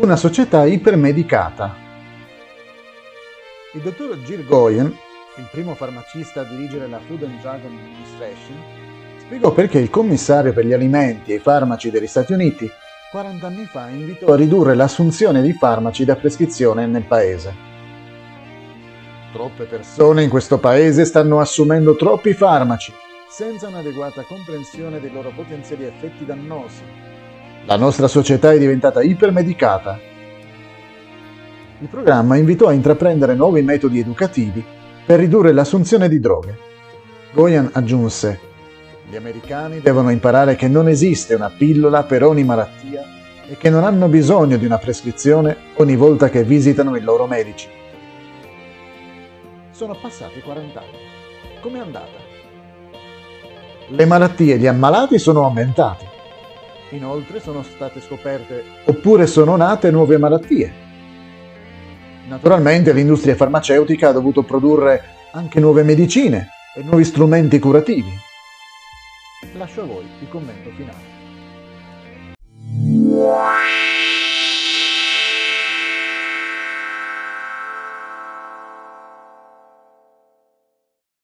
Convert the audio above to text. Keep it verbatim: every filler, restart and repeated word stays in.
una società ipermedicata. Il dottor Gil Goyen, il primo farmacista a dirigere la Food and Drug Administration, spiegò perché il commissario per gli alimenti e i farmaci degli Stati Uniti quaranta anni fa invitò a ridurre l'assunzione di farmaci da prescrizione nel paese. Troppe persone in questo paese stanno assumendo troppi farmaci senza un'adeguata comprensione dei loro potenziali effetti dannosi. La nostra società è diventata ipermedicata. Il programma invitò a intraprendere nuovi metodi educativi per ridurre l'assunzione di droghe. Goyen aggiunse: gli americani devono imparare che non esiste una pillola per ogni malattia e che non hanno bisogno di una prescrizione ogni volta che visitano i loro medici. Sono passati quaranta anni. Com'è andata? Le malattie e gli ammalati sono aumentati. Inoltre sono state scoperte oppure sono nate nuove malattie. Naturalmente l'industria farmaceutica ha dovuto produrre anche nuove medicine e nuovi strumenti curativi. Lascio a voi il commento finale.